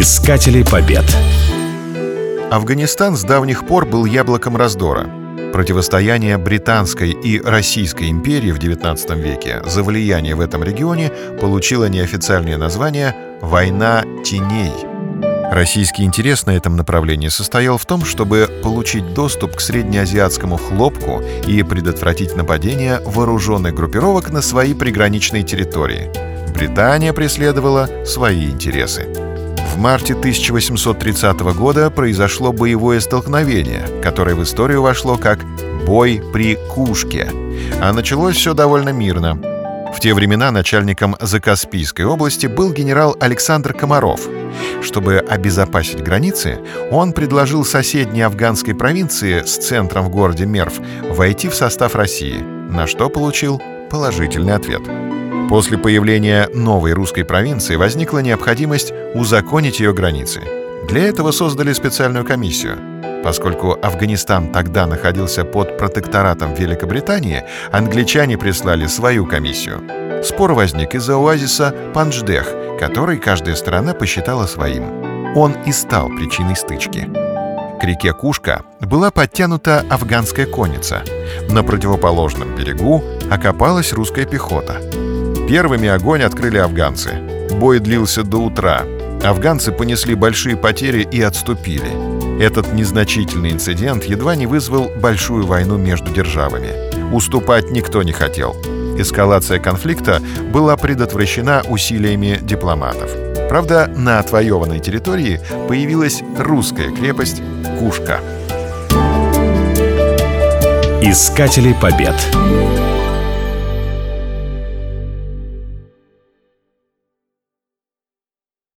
Искатели побед. Афганистан с давних пор был яблоком раздора. Противостояние Британской и Российской империи в XIX веке за влияние в этом регионе получило неофициальное название «Война теней». Российский интерес на этом направлении состоял в том, чтобы получить доступ к среднеазиатскому хлопку и предотвратить нападение вооруженных группировок на свои приграничные территории. Британия преследовала свои интересы. В марте 1830 года произошло боевое столкновение, которое в историю вошло как «бой при Кушке». А началось все довольно мирно. В те времена начальником Закаспийской области был генерал Александр Комаров. Чтобы обезопасить границы, он предложил соседней афганской провинции с центром в городе Мерв войти в состав России, на что получил положительный ответ. После появления новой русской провинции возникла необходимость узаконить ее границы. Для этого создали специальную комиссию. Поскольку Афганистан тогда находился под протекторатом Великобритании, англичане прислали свою комиссию. Спор возник из-за оазиса Пандждех, который каждая сторона посчитала своим. Он и стал причиной стычки. К реке Кушка была подтянута афганская конница. На противоположном берегу окопалась русская пехота. Первыми огонь открыли афганцы. Бой длился до утра. Афганцы понесли большие потери и отступили. Этот незначительный инцидент едва не вызвал большую войну между державами. Уступать никто не хотел. Эскалация конфликта была предотвращена усилиями дипломатов. Правда, на отвоеванной территории появилась русская крепость Кушка. Искатели побед.